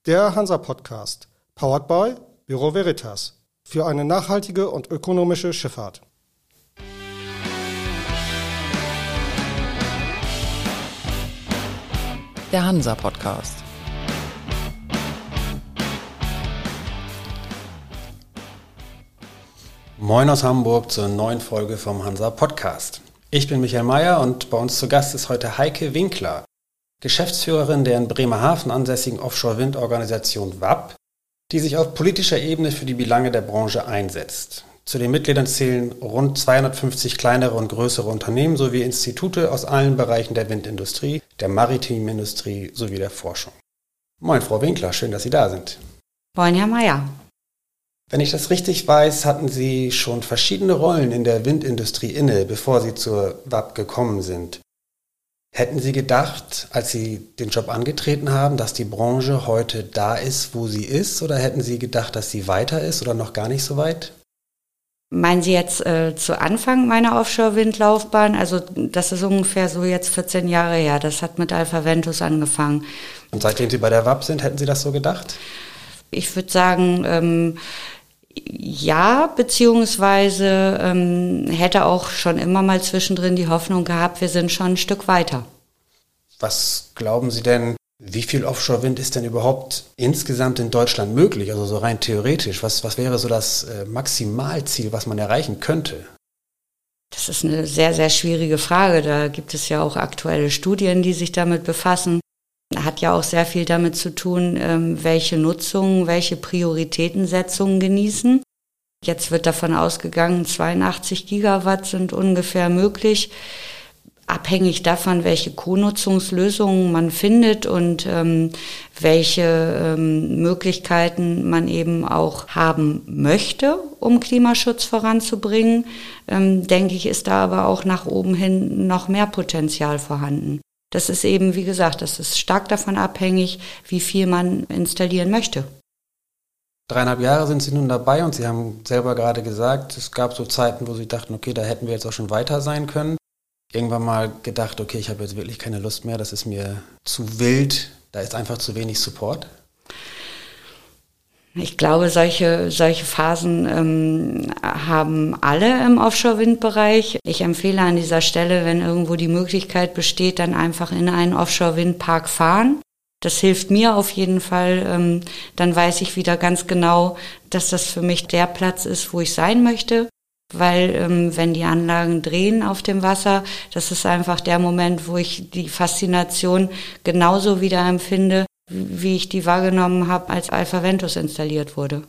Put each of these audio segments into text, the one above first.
Der Hansa-Podcast, powered by Bureau Veritas, für eine nachhaltige und ökonomische Schifffahrt. Der Hansa-Podcast. Moin aus Hamburg zur neuen Folge vom Hansa-Podcast. Ich bin Michael Mayer und bei uns zu Gast ist heute Heike Winkler, Geschäftsführerin der in Bremerhaven ansässigen Offshore-Windorganisation WAP, die sich auf politischer Ebene für die Belange der Branche einsetzt. Zu den Mitgliedern zählen rund 250 kleinere und größere Unternehmen sowie Institute aus allen Bereichen der Windindustrie, der maritimen Industrie sowie der Forschung. Moin, Frau Winkler, schön, dass Sie da sind. Moin, Herr Mayer. Wenn ich das richtig weiß, hatten Sie schon verschiedene Rollen in der Windindustrie inne, bevor Sie zur WAP gekommen sind. Hätten Sie gedacht, als Sie den Job angetreten haben, dass die Branche heute da ist, wo sie ist, oder hätten Sie gedacht, dass sie weiter ist oder noch gar nicht so weit? Meinen Sie jetzt zu Anfang meiner Offshore-Windlaufbahn? Also das ist ungefähr so jetzt 14 Jahre her. Das hat mit Alpha Ventus angefangen. Und seitdem Sie bei der WAP sind, hätten Sie das so gedacht? Ich würde sagen, ja, beziehungsweise hätte auch schon immer mal zwischendrin die Hoffnung gehabt, wir sind schon ein Stück weiter. Was glauben Sie denn, wie viel Offshore-Wind ist denn überhaupt insgesamt in Deutschland möglich, also so rein theoretisch? Was wäre so das Maximalziel, was man erreichen könnte? Das ist eine sehr, sehr schwierige Frage. Da gibt es ja auch aktuelle Studien, die sich damit befassen. Hat ja auch sehr viel damit zu tun, welche Nutzungen, welche Prioritätensetzungen genießen. Jetzt wird davon ausgegangen, 82 Gigawatt sind ungefähr möglich. Abhängig davon, welche Co-Nutzungslösungen man findet und welche Möglichkeiten man eben auch haben möchte, um Klimaschutz voranzubringen, denke ich, ist da aber auch nach oben hin noch mehr Potenzial vorhanden. Das ist eben, wie gesagt, das ist stark davon abhängig, wie viel man installieren möchte. 3,5 Jahre sind Sie nun dabei und Sie haben selber gerade gesagt, es gab so Zeiten, wo Sie dachten, okay, da hätten wir jetzt auch schon weiter sein können. Irgendwann mal gedacht, okay, ich habe jetzt wirklich keine Lust mehr, das ist mir zu wild, da ist einfach zu wenig Support. Ich glaube, solche Phasen haben alle im Offshore-Wind-Bereich. Ich empfehle an dieser Stelle, wenn irgendwo die Möglichkeit besteht, dann einfach in einen Offshore-Wind-Park fahren. Das hilft mir auf jeden Fall. Dann weiß ich wieder ganz genau, dass das für mich der Platz ist, wo ich sein möchte. Weil wenn die Anlagen drehen auf dem Wasser, das ist einfach der Moment, wo ich die Faszination genauso wieder empfinde, wie ich die wahrgenommen habe, als Alpha Ventus installiert wurde.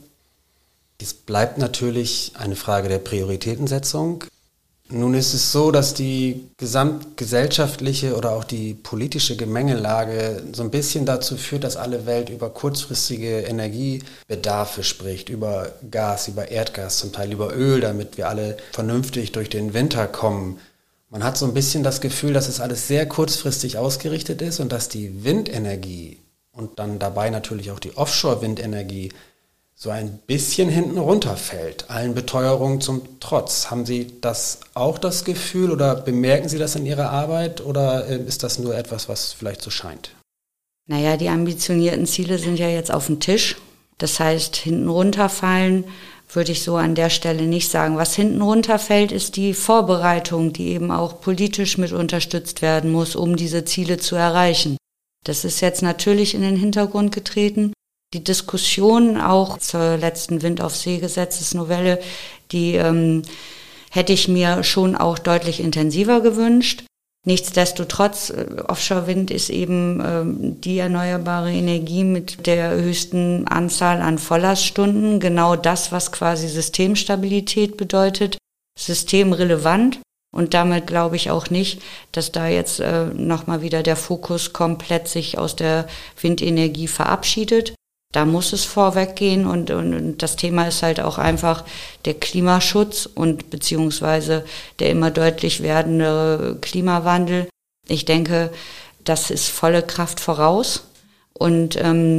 Es bleibt natürlich eine Frage der Prioritätensetzung. Nun ist es so, dass die gesamtgesellschaftliche oder auch die politische Gemengelage so ein bisschen dazu führt, dass alle Welt über kurzfristige Energiebedarfe spricht, über Gas, über Erdgas, zum Teil über Öl, damit wir alle vernünftig durch den Winter kommen. Man hat so ein bisschen das Gefühl, dass es alles sehr kurzfristig ausgerichtet ist und dass die Windenergie und dann dabei natürlich auch die Offshore-Windenergie so ein bisschen hinten runterfällt, allen Beteuerungen zum Trotz. Haben Sie das auch das Gefühl oder bemerken Sie das in Ihrer Arbeit oder ist das nur etwas, was vielleicht so scheint? Naja, die ambitionierten Ziele sind ja jetzt auf dem Tisch. Das heißt, hinten runterfallen würde ich so an der Stelle nicht sagen. Was hinten runterfällt, ist die Vorbereitung, die eben auch politisch mit unterstützt werden muss, um diese Ziele zu erreichen. Das ist jetzt natürlich in den Hintergrund getreten. Die Diskussion auch zur letzten Wind-auf-See-Gesetzesnovelle, die hätte ich mir schon auch deutlich intensiver gewünscht. Nichtsdestotrotz, Offshore-Wind ist eben die erneuerbare Energie mit der höchsten Anzahl an Volllaststunden. Genau das, was quasi Systemstabilität bedeutet, systemrelevant. Und damit glaube ich auch nicht, dass da jetzt nochmal wieder der Fokus komplett sich aus der Windenergie verabschiedet. Da muss es vorweg gehen und das Thema ist halt auch einfach der Klimaschutz und beziehungsweise der immer deutlich werdende Klimawandel. Ich denke, das ist volle Kraft voraus und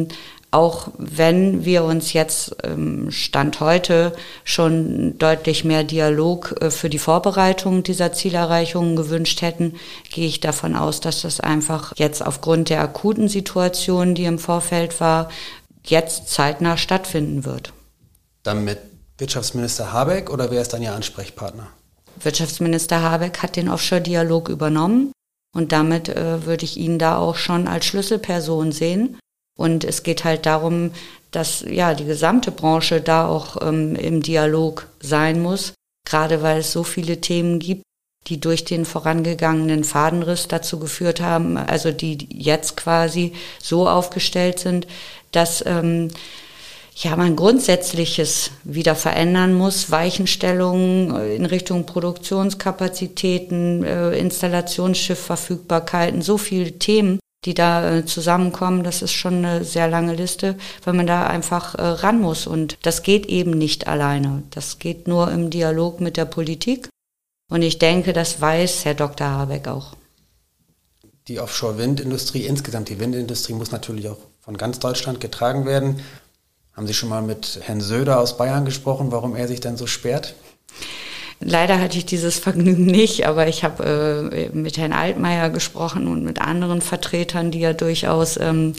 auch wenn wir uns jetzt Stand heute schon deutlich mehr Dialog für die Vorbereitung dieser Zielerreichungen gewünscht hätten, gehe ich davon aus, dass das einfach jetzt aufgrund der akuten Situation, die im Vorfeld war, jetzt zeitnah stattfinden wird. Dann mit Wirtschaftsminister Habeck oder wer ist dann Ihr Ansprechpartner? Wirtschaftsminister Habeck hat den Offshore-Dialog übernommen und damit würde ich ihn da auch schon als Schlüsselperson sehen. Und es geht halt darum, dass ja die gesamte Branche da auch im Dialog sein muss, gerade weil es so viele Themen gibt, die durch den vorangegangenen Fadenriss dazu geführt haben, also die jetzt quasi so aufgestellt sind, dass man Grundsätzliches wieder verändern muss, Weichenstellungen in Richtung Produktionskapazitäten, Installationsschiffverfügbarkeiten, so viele Themen, die da zusammenkommen. Das ist schon eine sehr lange Liste, weil man da einfach ran muss. Und das geht eben nicht alleine. Das geht nur im Dialog mit der Politik. Und ich denke, das weiß Herr Dr. Habeck auch. Die Offshore-Windindustrie insgesamt, die Windindustrie muss natürlich auch von ganz Deutschland getragen werden. Haben Sie schon mal mit Herrn Söder aus Bayern gesprochen, warum er sich denn so sperrt? Leider hatte ich dieses Vergnügen nicht, aber ich habe mit Herrn Altmaier gesprochen und mit anderen Vertretern, die ja durchaus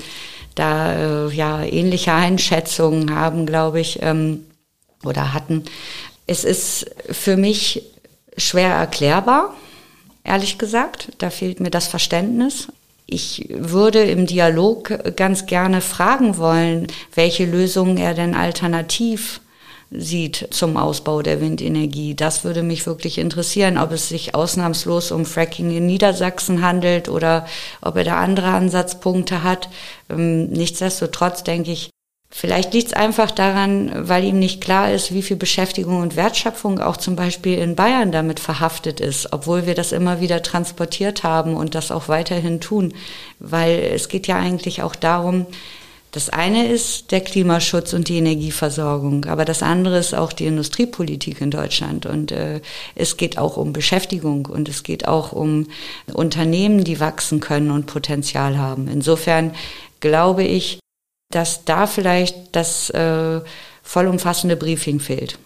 ähnliche Einschätzungen haben, glaube ich, oder hatten. Es ist für mich schwer erklärbar, ehrlich gesagt. Da fehlt mir das Verständnis. Ich würde im Dialog ganz gerne fragen wollen, welche Lösungen er denn alternativ sieht zum Ausbau der Windenergie. Das würde mich wirklich interessieren, ob es sich ausnahmslos um Fracking in Niedersachsen handelt oder ob er da andere Ansatzpunkte hat. Nichtsdestotrotz denke ich, vielleicht liegt es einfach daran, weil ihm nicht klar ist, wie viel Beschäftigung und Wertschöpfung auch zum Beispiel in Bayern damit verhaftet ist, obwohl wir das immer wieder transportiert haben und das auch weiterhin tun. Weil es geht ja eigentlich auch darum, das eine ist der Klimaschutz und die Energieversorgung, aber das andere ist auch die Industriepolitik in Deutschland. Und es geht auch um Beschäftigung und es geht auch um Unternehmen, die wachsen können und Potenzial haben. Insofern glaube ich, dass da vielleicht das vollumfassende Briefing fehlt.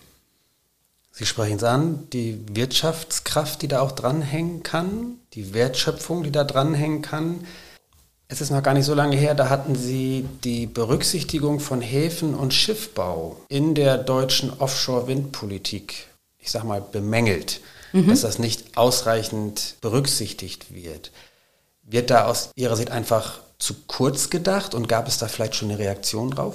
Sie sprechen es an, die Wirtschaftskraft, die da auch dranhängen kann, die Wertschöpfung, die da dranhängen kann. Es ist noch gar nicht so lange her, da hatten Sie die Berücksichtigung von Häfen und Schiffbau in der deutschen Offshore-Windpolitik, ich sag mal, bemängelt, dass das nicht ausreichend berücksichtigt wird. Wird da aus Ihrer Sicht einfach zu kurz gedacht und gab es da vielleicht schon eine Reaktion drauf?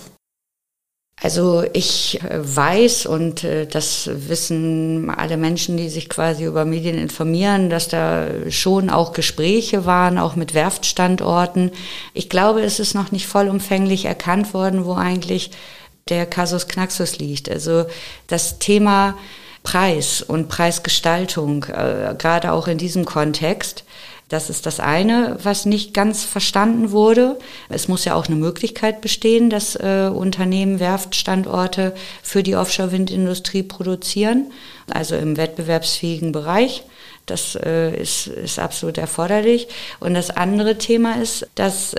Also ich weiß, und das wissen alle Menschen, die sich quasi über Medien informieren, dass da schon auch Gespräche waren, auch mit Werftstandorten. Ich glaube, es ist noch nicht vollumfänglich erkannt worden, wo eigentlich der Kasus Knaxus liegt. Also das Thema Preis und Preisgestaltung, gerade auch in diesem Kontext, das ist das eine, was nicht ganz verstanden wurde. Es muss ja auch eine Möglichkeit bestehen, dass Unternehmen Werftstandorte für die Offshore-Windindustrie produzieren, also im wettbewerbsfähigen Bereich. Das ist absolut erforderlich. Und das andere Thema ist, dass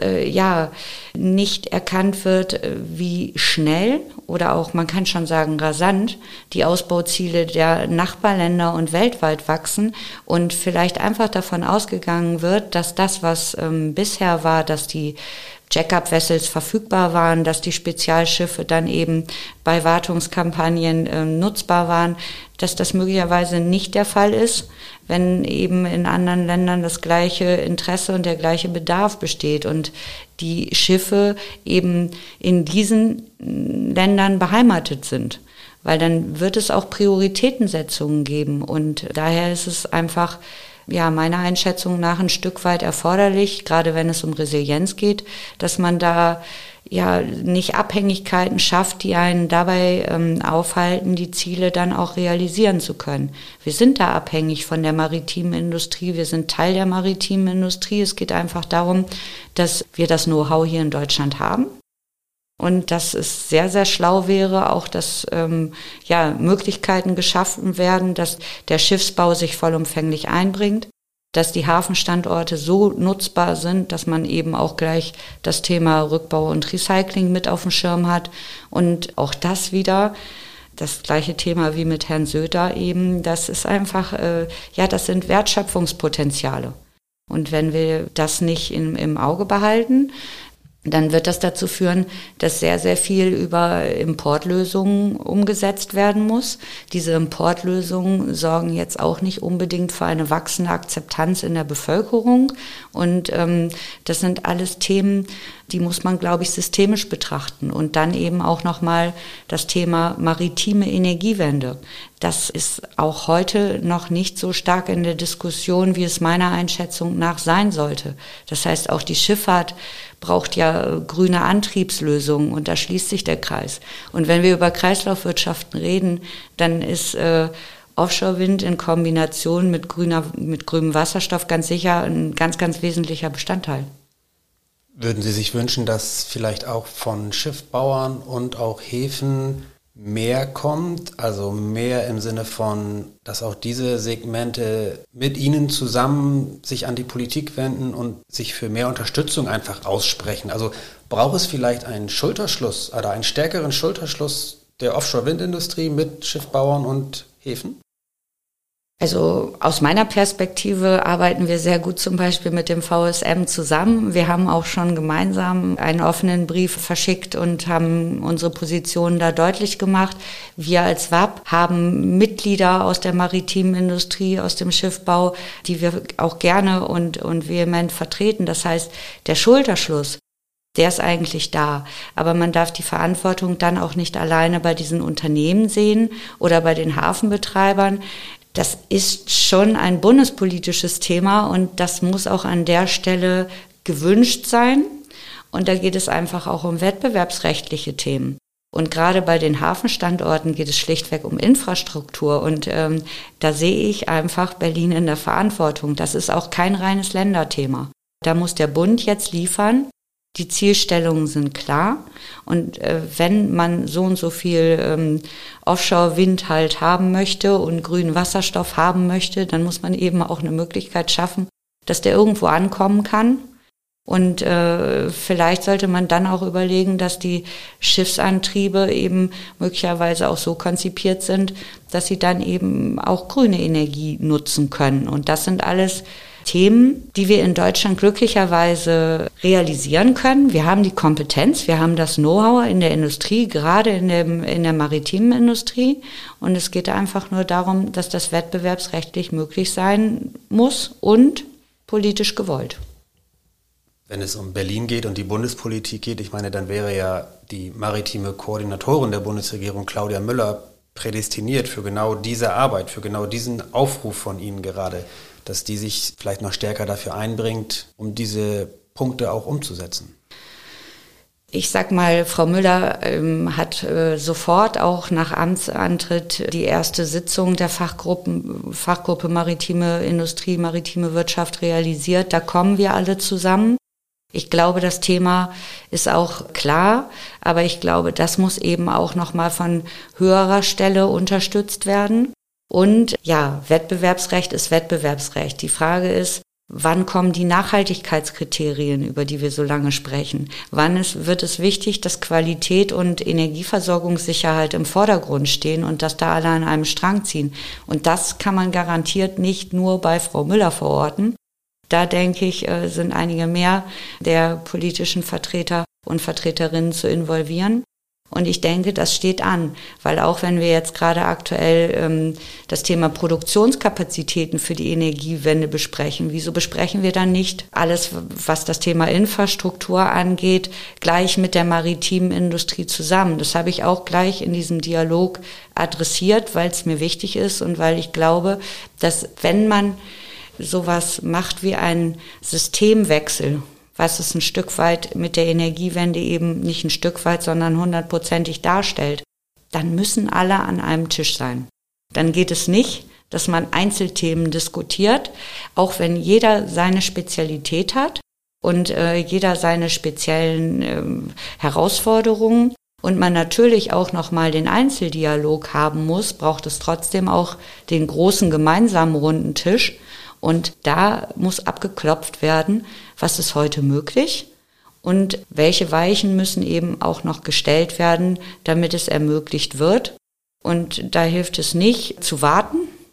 nicht erkannt wird, wie schnell oder auch, man kann schon sagen, rasant die Ausbauziele der Nachbarländer und weltweit wachsen und vielleicht einfach davon ausgegangen wird, dass das, was bisher war, dass die Jack-up-Vessels verfügbar waren, dass die Spezialschiffe dann eben bei Wartungskampagnen nutzbar waren, dass das möglicherweise nicht der Fall ist, wenn eben in anderen Ländern das gleiche Interesse und der gleiche Bedarf besteht und die Schiffe eben in diesen Ländern beheimatet sind. Weil dann wird es auch Prioritätensetzungen geben und daher ist es einfach meiner Einschätzung nach ein Stück weit erforderlich, gerade wenn es um Resilienz geht, dass man da nicht Abhängigkeiten schafft, die einen dabei aufhalten, die Ziele dann auch realisieren zu können. Wir sind da abhängig von der maritimen Industrie, wir sind Teil der maritimen Industrie. Es geht einfach darum, dass wir das Know-how hier in Deutschland haben. Und dass es sehr, sehr schlau wäre, auch dass Möglichkeiten geschaffen werden, dass der Schiffsbau sich vollumfänglich einbringt, dass die Hafenstandorte so nutzbar sind, dass man eben auch gleich das Thema Rückbau und Recycling mit auf dem Schirm hat. Und auch das wieder, das gleiche Thema wie mit Herrn Söder eben, das ist einfach, das sind Wertschöpfungspotenziale. Und wenn wir das nicht im Auge behalten, dann wird das dazu führen, dass sehr, sehr viel über Importlösungen umgesetzt werden muss. Diese Importlösungen sorgen jetzt auch nicht unbedingt für eine wachsende Akzeptanz in der Bevölkerung. Und das sind alles Themen, die muss man, glaube ich, systemisch betrachten. Und dann eben auch nochmal das Thema maritime Energiewende. Das ist auch heute noch nicht so stark in der Diskussion, wie es meiner Einschätzung nach sein sollte. Das heißt, auch die Schifffahrt braucht ja grüne Antriebslösungen und da schließt sich der Kreis. Und wenn wir über Kreislaufwirtschaften reden, dann ist Offshore-Wind in Kombination mit grünem Wasserstoff ganz sicher ein ganz, ganz wesentlicher Bestandteil. Würden Sie sich wünschen, dass vielleicht auch von Schiffbauern und auch Häfen mehr kommt, also mehr im Sinne von, dass auch diese Segmente mit Ihnen zusammen sich an die Politik wenden und sich für mehr Unterstützung einfach aussprechen? Also braucht es vielleicht einen Schulterschluss oder einen stärkeren Schulterschluss der Offshore-Windindustrie mit Schiffbauern und Häfen? Also aus meiner Perspektive arbeiten wir sehr gut zum Beispiel mit dem VSM zusammen. Wir haben auch schon gemeinsam einen offenen Brief verschickt und haben unsere Positionen da deutlich gemacht. Wir als WAP haben Mitglieder aus der maritimen Industrie, aus dem Schiffbau, die wir auch gerne und vehement vertreten. Das heißt, der Schulterschluss, der ist eigentlich da. Aber man darf die Verantwortung dann auch nicht alleine bei diesen Unternehmen sehen oder bei den Hafenbetreibern. Das ist schon ein bundespolitisches Thema und das muss auch an der Stelle gewünscht sein. Und da geht es einfach auch um wettbewerbsrechtliche Themen. Und gerade bei den Hafenstandorten geht es schlichtweg um Infrastruktur. Und da sehe ich einfach Berlin in der Verantwortung. Das ist auch kein reines Länderthema. Da muss der Bund jetzt liefern. Die Zielstellungen sind klar und wenn man so und so viel Offshore-Wind halt haben möchte und grünen Wasserstoff haben möchte, dann muss man eben auch eine Möglichkeit schaffen, dass der irgendwo ankommen kann. Und vielleicht sollte man dann auch überlegen, dass die Schiffsantriebe eben möglicherweise auch so konzipiert sind, dass sie dann eben auch grüne Energie nutzen können. Und das sind alles Themen, die wir in Deutschland glücklicherweise realisieren können. Wir haben die Kompetenz, wir haben das Know-how in der Industrie, gerade in der maritimen Industrie. Und es geht einfach nur darum, dass das wettbewerbsrechtlich möglich sein muss und politisch gewollt. Wenn es um Berlin geht und die Bundespolitik geht, ich meine, dann wäre ja die maritime Koordinatorin der Bundesregierung, Claudia Müller, prädestiniert für genau diese Arbeit, für genau diesen Aufruf von Ihnen gerade, dass die sich vielleicht noch stärker dafür einbringt, um diese Punkte auch umzusetzen? Ich sag mal, Frau Müller hat sofort auch nach Amtsantritt die erste Sitzung der Fachgruppe Maritime Industrie, Maritime Wirtschaft realisiert. Da kommen wir alle zusammen. Ich glaube, das Thema ist auch klar, aber ich glaube, das muss eben auch nochmal von höherer Stelle unterstützt werden. Und ja, Wettbewerbsrecht ist Wettbewerbsrecht. Die Frage ist, wann kommen die Nachhaltigkeitskriterien, über die wir so lange sprechen? Wann wird es wichtig, dass Qualität und Energieversorgungssicherheit im Vordergrund stehen und dass da alle an einem Strang ziehen? Und das kann man garantiert nicht nur bei Frau Müller verorten. Da denke ich, sind einige mehr der politischen Vertreter und Vertreterinnen zu involvieren. Und ich denke, das steht an, weil auch wenn wir jetzt gerade aktuell das Thema Produktionskapazitäten für die Energiewende besprechen, wieso besprechen wir dann nicht alles, was das Thema Infrastruktur angeht, gleich mit der maritimen Industrie zusammen? Das habe ich auch gleich in diesem Dialog adressiert, weil es mir wichtig ist und weil ich glaube, dass wenn man sowas macht wie einen Systemwechsel, was es ein Stück weit mit der Energiewende eben nicht ein Stück weit, sondern 100%ig darstellt, dann müssen alle an einem Tisch sein. Dann geht es nicht, dass man Einzelthemen diskutiert, auch wenn jeder seine Spezialität hat und jeder seine speziellen Herausforderungen und man natürlich auch nochmal den Einzeldialog haben muss, braucht es trotzdem auch den großen gemeinsamen runden Tisch. Und da muss abgeklopft werden, was ist heute möglich und welche Weichen müssen eben auch noch gestellt werden, damit es ermöglicht wird. Und da hilft es nicht zu warten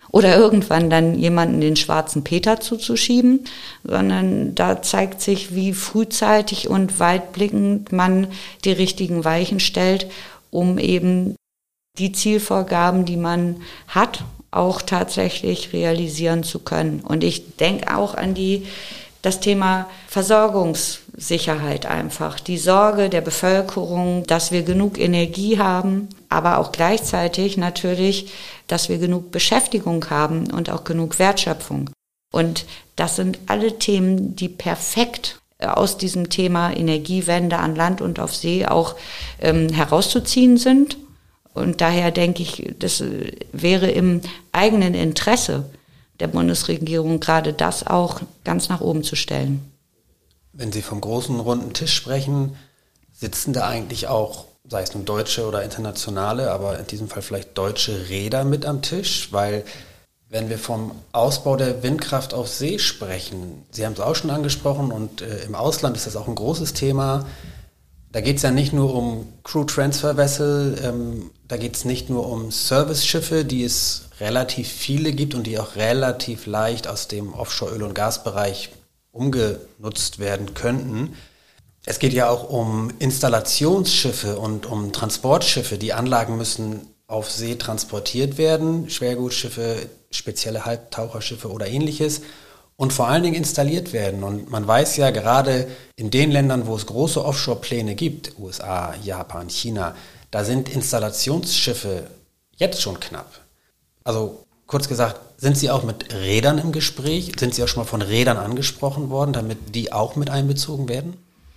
oder irgendwann dann jemanden den schwarzen Peter zuzuschieben, sondern da zeigt sich, wie frühzeitig und weitblickend man die richtigen Weichen stellt, um eben die Zielvorgaben, die man hat, auch tatsächlich realisieren zu können. Und ich denke auch an das Thema Versorgungssicherheit einfach. Die Sorge der Bevölkerung, dass wir genug Energie haben, aber auch gleichzeitig natürlich, dass wir genug Beschäftigung haben und auch genug Wertschöpfung. Und das sind alle Themen, die perfekt aus diesem Thema Energiewende an Land und auf See auch herauszuziehen sind. Und daher denke ich, das wäre im eigenen Interesse der Bundesregierung, gerade das auch ganz nach oben zu stellen. Wenn Sie vom großen runden Tisch sprechen, sitzen da eigentlich auch, sei es nun deutsche oder internationale, aber in diesem Fall vielleicht deutsche Räder mit am Tisch? Weil wenn wir vom Ausbau der Windkraft auf See sprechen, Sie haben es auch schon angesprochen und im Ausland ist das auch ein großes Thema. Da geht es ja nicht nur um Crew-Transfer-Vessel, da geht es nicht nur um Serviceschiffe, die es relativ viele gibt und die auch relativ leicht aus dem Offshore-Öl- und Gasbereich umgenutzt werden könnten. Es geht ja auch um Installationsschiffe und um Transportschiffe. Die Anlagen müssen auf See transportiert werden, Schwergutschiffe, spezielle Halbtaucherschiffe oder ähnliches. Und vor allen Dingen installiert werden. Und man weiß ja gerade in den Ländern, wo es große Offshore-Pläne gibt, USA, Japan, China, da sind Installationsschiffe jetzt schon knapp. Also kurz gesagt, sind Sie auch mit Rädern im Gespräch? Sind Sie auch schon mal von Rädern angesprochen worden, damit die auch mit einbezogen werden?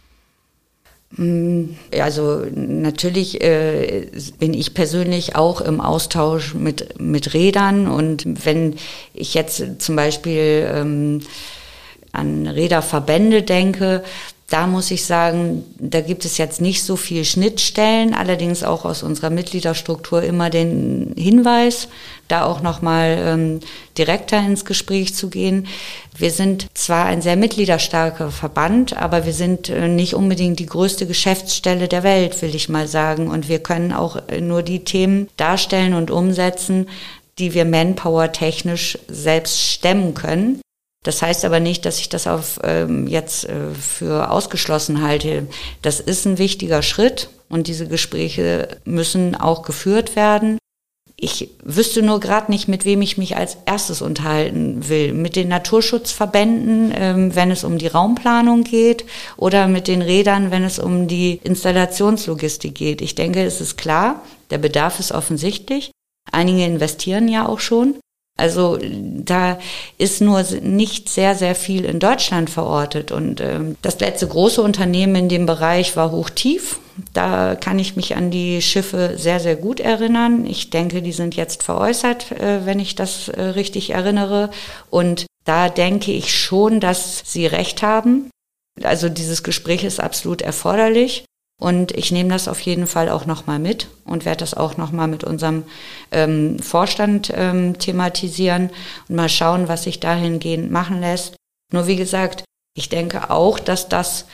Also natürlich bin ich persönlich auch im Austausch mit Rädern, und wenn ich jetzt zum Beispiel an Reederverbände denke, da muss ich sagen, da gibt es jetzt nicht so viel Schnittstellen, allerdings auch aus unserer Mitgliederstruktur immer den Hinweis, da auch nochmal direkter ins Gespräch zu gehen. Wir sind zwar ein sehr mitgliederstarker Verband, aber wir sind nicht unbedingt die größte Geschäftsstelle der Welt, will ich mal sagen. Und wir können auch nur die Themen darstellen und umsetzen, die wir manpower-technisch selbst stemmen können. Das heißt aber nicht, dass ich das jetzt für ausgeschlossen halte. Das ist ein wichtiger Schritt und diese Gespräche müssen auch geführt werden. Ich wüsste nur gerade nicht, mit wem ich mich als erstes unterhalten will. Mit den Naturschutzverbänden, wenn es um die Raumplanung geht, oder mit den Rädern, wenn es um die Installationslogistik geht. Ich denke, es ist klar, der Bedarf ist offensichtlich. Einige investieren ja auch schon. Also da ist nur nicht sehr, sehr viel in Deutschland verortet. Und das letzte große Unternehmen in dem Bereich war Hochtief. Da kann ich mich an die Schiffe sehr, sehr gut erinnern. Ich denke, die sind jetzt veräußert, wenn ich das richtig erinnere. Und da denke ich schon, dass Sie recht haben. Also dieses Gespräch ist absolut erforderlich. Und ich nehme das auf jeden Fall auch nochmal mit und werde das auch nochmal mit unserem Vorstand thematisieren und mal schauen, was sich dahingehend machen lässt. Nur wie gesagt, ich denke auch, dass das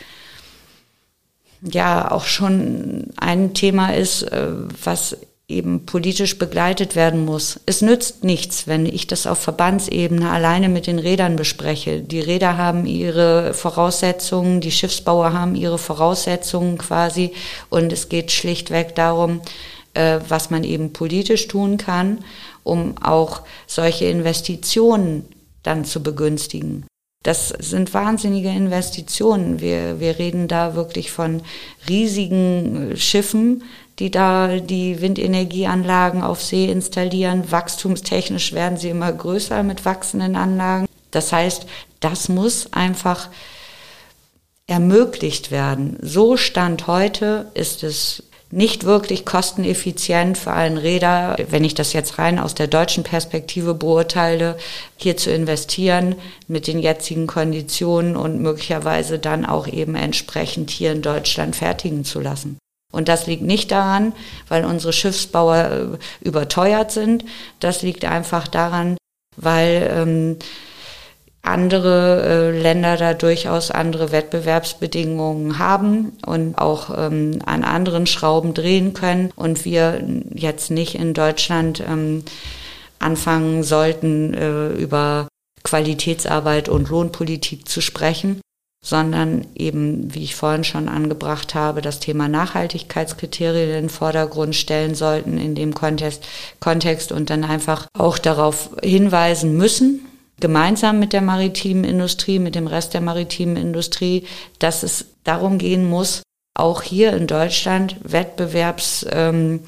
ja auch schon ein Thema ist, was eben politisch begleitet werden muss. Es nützt nichts, wenn ich das auf Verbandsebene alleine mit den Rädern bespreche. Die Räder haben ihre Voraussetzungen, die Schiffsbauer haben ihre Voraussetzungen quasi, und es geht schlichtweg darum, was man eben politisch tun kann, um auch solche Investitionen dann zu begünstigen. Das sind wahnsinnige Investitionen. Wir reden da wirklich von riesigen Schiffen, die da die Windenergieanlagen auf See installieren. Wachstumstechnisch werden sie immer größer mit wachsenden Anlagen. Das heißt, das muss einfach ermöglicht werden. So Stand heute ist es nicht wirklich kosteneffizient für einen Reeder, wenn ich das jetzt rein aus der deutschen Perspektive beurteile, hier zu investieren mit den jetzigen Konditionen und möglicherweise dann auch eben entsprechend hier in Deutschland fertigen zu lassen. Und das liegt nicht daran, weil unsere Schiffsbauer überteuert sind. Das liegt einfach daran, weil andere Länder da durchaus andere Wettbewerbsbedingungen haben und auch an anderen Schrauben drehen können und wir jetzt nicht in Deutschland anfangen sollten, über Qualitätsarbeit und Lohnpolitik zu sprechen, sondern eben, wie ich vorhin schon angebracht habe, das Thema Nachhaltigkeitskriterien in den Vordergrund stellen sollten in dem Kontext und dann einfach auch darauf hinweisen müssen, gemeinsam mit der maritimen Industrie, mit dem Rest der maritimen Industrie, dass es darum gehen muss, auch hier in Deutschland wettbewerbseffizient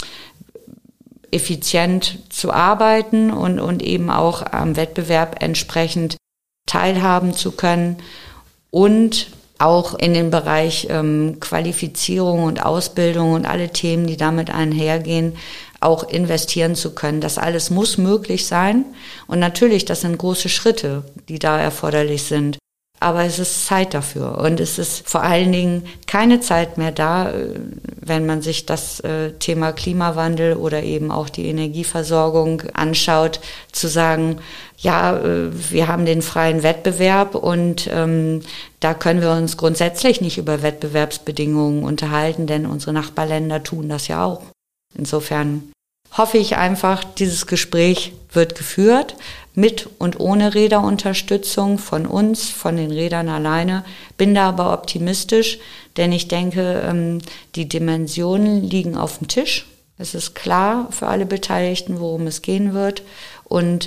zu arbeiten und eben auch am Wettbewerb entsprechend teilhaben zu können und auch in den Bereich Qualifizierung und Ausbildung und alle Themen, die damit einhergehen, auch investieren zu können. Das alles muss möglich sein. Und natürlich, das sind große Schritte, die da erforderlich sind. Aber es ist Zeit dafür. Und es ist vor allen Dingen keine Zeit mehr da, wenn man sich das Thema Klimawandel oder eben auch die Energieversorgung anschaut, zu sagen, ja, wir haben den freien Wettbewerb und da können wir uns grundsätzlich nicht über Wettbewerbsbedingungen unterhalten, denn unsere Nachbarländer tun das ja auch. Insofern hoffe ich einfach, dieses Gespräch wird geführt, mit und ohne Reederunterstützung von uns, von den Reedern alleine. Bin da aber optimistisch, denn ich denke, die Dimensionen liegen auf dem Tisch. Es ist klar für alle Beteiligten, worum es gehen wird. Und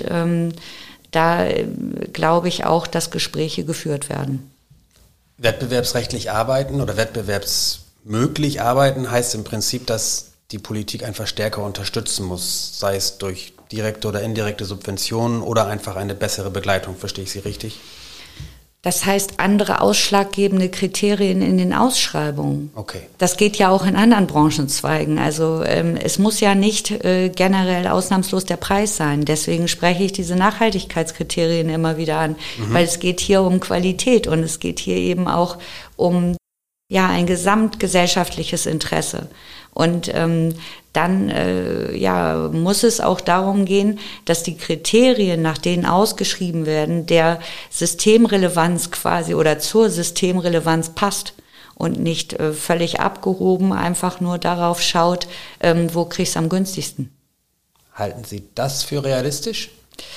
da glaube ich auch, dass Gespräche geführt werden. Wettbewerbsrechtlich arbeiten oder wettbewerbsmöglich arbeiten heißt im Prinzip, dass die Politik einfach stärker unterstützen muss, sei es durch direkte oder indirekte Subventionen oder einfach eine bessere Begleitung. Verstehe ich Sie richtig? Das heißt, andere ausschlaggebende Kriterien in den Ausschreibungen. Okay. Das geht ja auch in anderen Branchenzweigen. Also es muss ja nicht generell ausnahmslos der Preis sein. Deswegen spreche ich diese Nachhaltigkeitskriterien immer wieder an, weil es geht hier um Qualität und es geht hier eben auch um ein gesamtgesellschaftliches Interesse. Und dann muss es auch darum gehen, dass die Kriterien, nach denen ausgeschrieben werden, der Systemrelevanz quasi oder zur Systemrelevanz passt und nicht völlig abgehoben einfach nur darauf schaut, wo kriege ich es am günstigsten. Halten Sie das für realistisch?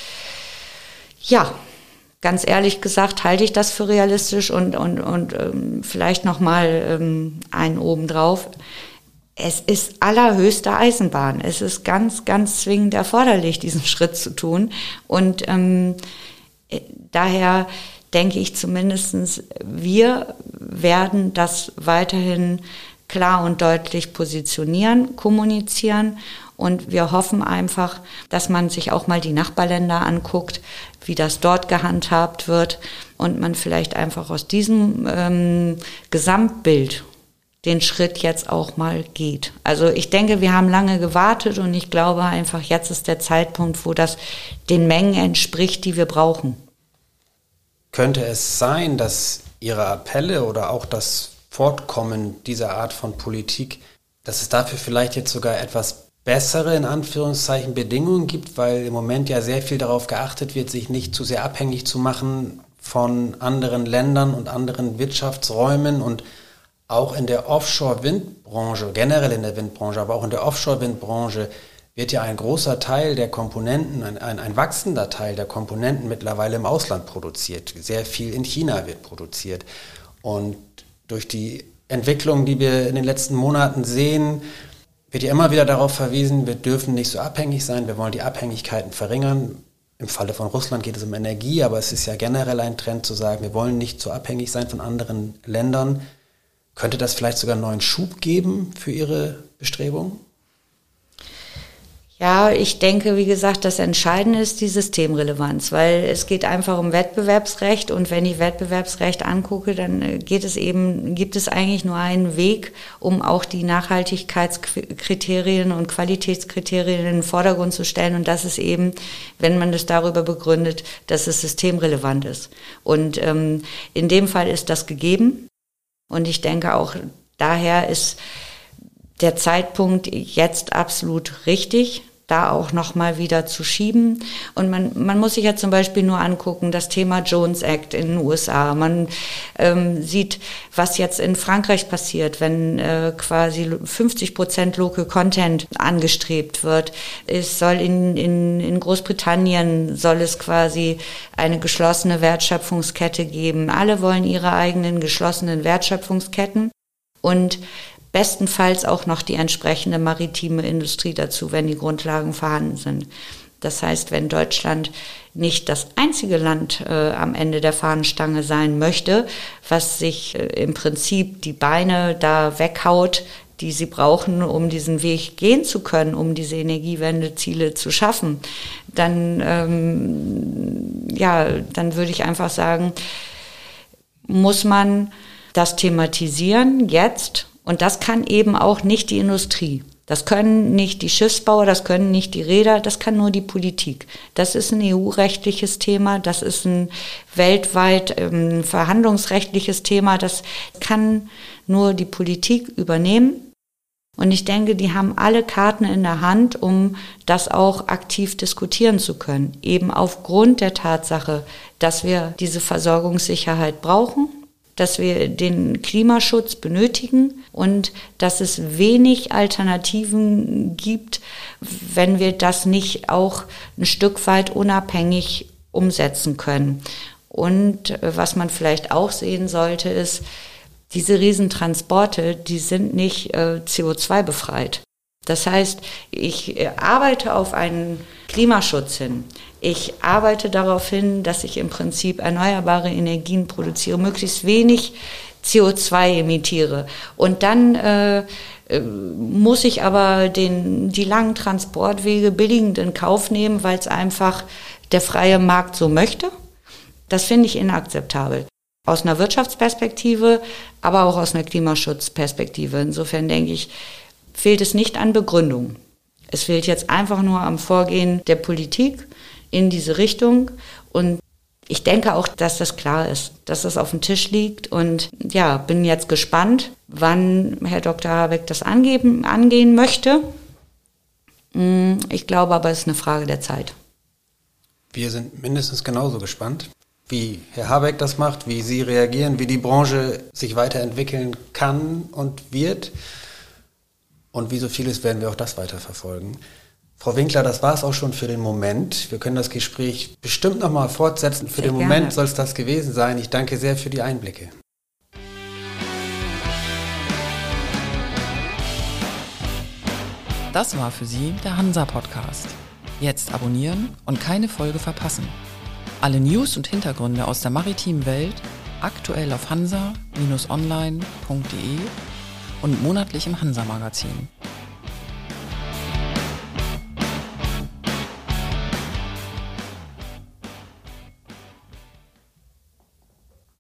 Ja. Ganz ehrlich gesagt halte ich das für realistisch und vielleicht nochmal einen obendrauf. Es ist allerhöchste Eisenbahn. Es ist ganz, ganz zwingend erforderlich, diesen Schritt zu tun. Und daher denke ich zumindest, wir werden das weiterhin klar und deutlich positionieren, kommunizieren. Und wir hoffen einfach, dass man sich auch mal die Nachbarländer anguckt, wie das dort gehandhabt wird und man vielleicht einfach aus diesem Gesamtbild den Schritt jetzt auch mal geht. Also ich denke, wir haben lange gewartet und ich glaube einfach, jetzt ist der Zeitpunkt, wo das den Mengen entspricht, die wir brauchen. Könnte es sein, dass Ihre Appelle oder auch das Fortkommen dieser Art von Politik, dass es dafür vielleicht jetzt sogar etwas bessere, in Anführungszeichen, Bedingungen gibt, weil im Moment ja sehr viel darauf geachtet wird, sich nicht zu sehr abhängig zu machen von anderen Ländern und anderen Wirtschaftsräumen und auch in der Offshore-Windbranche, generell in der Windbranche, aber auch in der Offshore-Windbranche wird ja ein großer Teil der Komponenten, ein wachsender Teil der Komponenten mittlerweile im Ausland produziert. Sehr viel in China wird produziert. Und durch die Entwicklung, die wir in den letzten Monaten sehen, wird ja immer wieder darauf verwiesen, wir dürfen nicht so abhängig sein, wir wollen die Abhängigkeiten verringern. Im Falle von Russland geht es um Energie, aber es ist ja generell ein Trend zu sagen, wir wollen nicht so abhängig sein von anderen Ländern. Könnte das vielleicht sogar einen neuen Schub geben für Ihre Bestrebungen? Ja, ich denke, wie gesagt, das Entscheidende ist die Systemrelevanz, weil es geht einfach um Wettbewerbsrecht und wenn ich Wettbewerbsrecht angucke, dann gibt es eigentlich nur einen Weg, um auch die Nachhaltigkeitskriterien und Qualitätskriterien in den Vordergrund zu stellen und das ist eben, wenn man das darüber begründet, dass es systemrelevant ist. Und in dem Fall ist das gegeben und ich denke auch, daher ist der Zeitpunkt jetzt absolut richtig. da auch nochmal wieder zu schieben. Und man muss sich ja zum Beispiel nur angucken, das Thema Jones Act in den USA. Man sieht, was jetzt in Frankreich passiert, wenn quasi 50% Local Content angestrebt wird. Es soll in Großbritannien soll es quasi eine geschlossene Wertschöpfungskette geben. Alle wollen ihre eigenen geschlossenen Wertschöpfungsketten und bestenfalls auch noch die entsprechende maritime Industrie dazu, wenn die Grundlagen vorhanden sind. Das heißt, wenn Deutschland nicht das einzige Land am Ende der Fahnenstange sein möchte, was sich im Prinzip die Beine da weghaut, die sie brauchen, um diesen Weg gehen zu können, um diese Energiewendeziele zu schaffen, dann würde ich einfach sagen, muss man das thematisieren jetzt. Und das kann eben auch nicht die Industrie. Das können nicht die Schiffsbauer, das können nicht die Reeder, das kann nur die Politik. Das ist ein EU-rechtliches Thema, das ist ein weltweit verhandlungsrechtliches Thema. Das kann nur die Politik übernehmen. Und ich denke, die haben alle Karten in der Hand, um das auch aktiv diskutieren zu können. Eben aufgrund der Tatsache, dass wir diese Versorgungssicherheit brauchen, dass wir den Klimaschutz benötigen und dass es wenig Alternativen gibt, wenn wir das nicht auch ein Stück weit unabhängig umsetzen können. Und was man vielleicht auch sehen sollte, ist, diese Riesentransporte, die sind nicht CO2-befreit. Das heißt, ich arbeite auf einen Klimaschutz hin. Ich arbeite darauf hin, dass ich im Prinzip erneuerbare Energien produziere, möglichst wenig CO2 emitiere. Und dann muss ich aber die langen Transportwege billigend in Kauf nehmen, weil es einfach der freie Markt so möchte. Das finde ich inakzeptabel. Aus einer Wirtschaftsperspektive, aber auch aus einer Klimaschutzperspektive. Insofern denke ich, fehlt es nicht an Begründung. Es fehlt jetzt einfach nur am Vorgehen der Politik in diese Richtung. Und ich denke auch, dass das klar ist, dass das auf dem Tisch liegt. Und ja, bin jetzt gespannt, wann Herr Dr. Habeck das angehen möchte. Ich glaube aber, es ist eine Frage der Zeit. Wir sind mindestens genauso gespannt, wie Herr Habeck das macht, wie Sie reagieren, wie die Branche sich weiterentwickeln kann und wird. Und wie so vieles werden wir auch das weiterverfolgen. Frau Winkler, das war es auch schon für den Moment. Wir können das Gespräch bestimmt nochmal fortsetzen. Für den Moment soll es das gewesen sein. Ich danke sehr für die Einblicke. Das war für Sie der Hansa-Podcast. Jetzt abonnieren und keine Folge verpassen. Alle News und Hintergründe aus der maritimen Welt aktuell auf hansa-online.de und monatlich im Hansa-Magazin.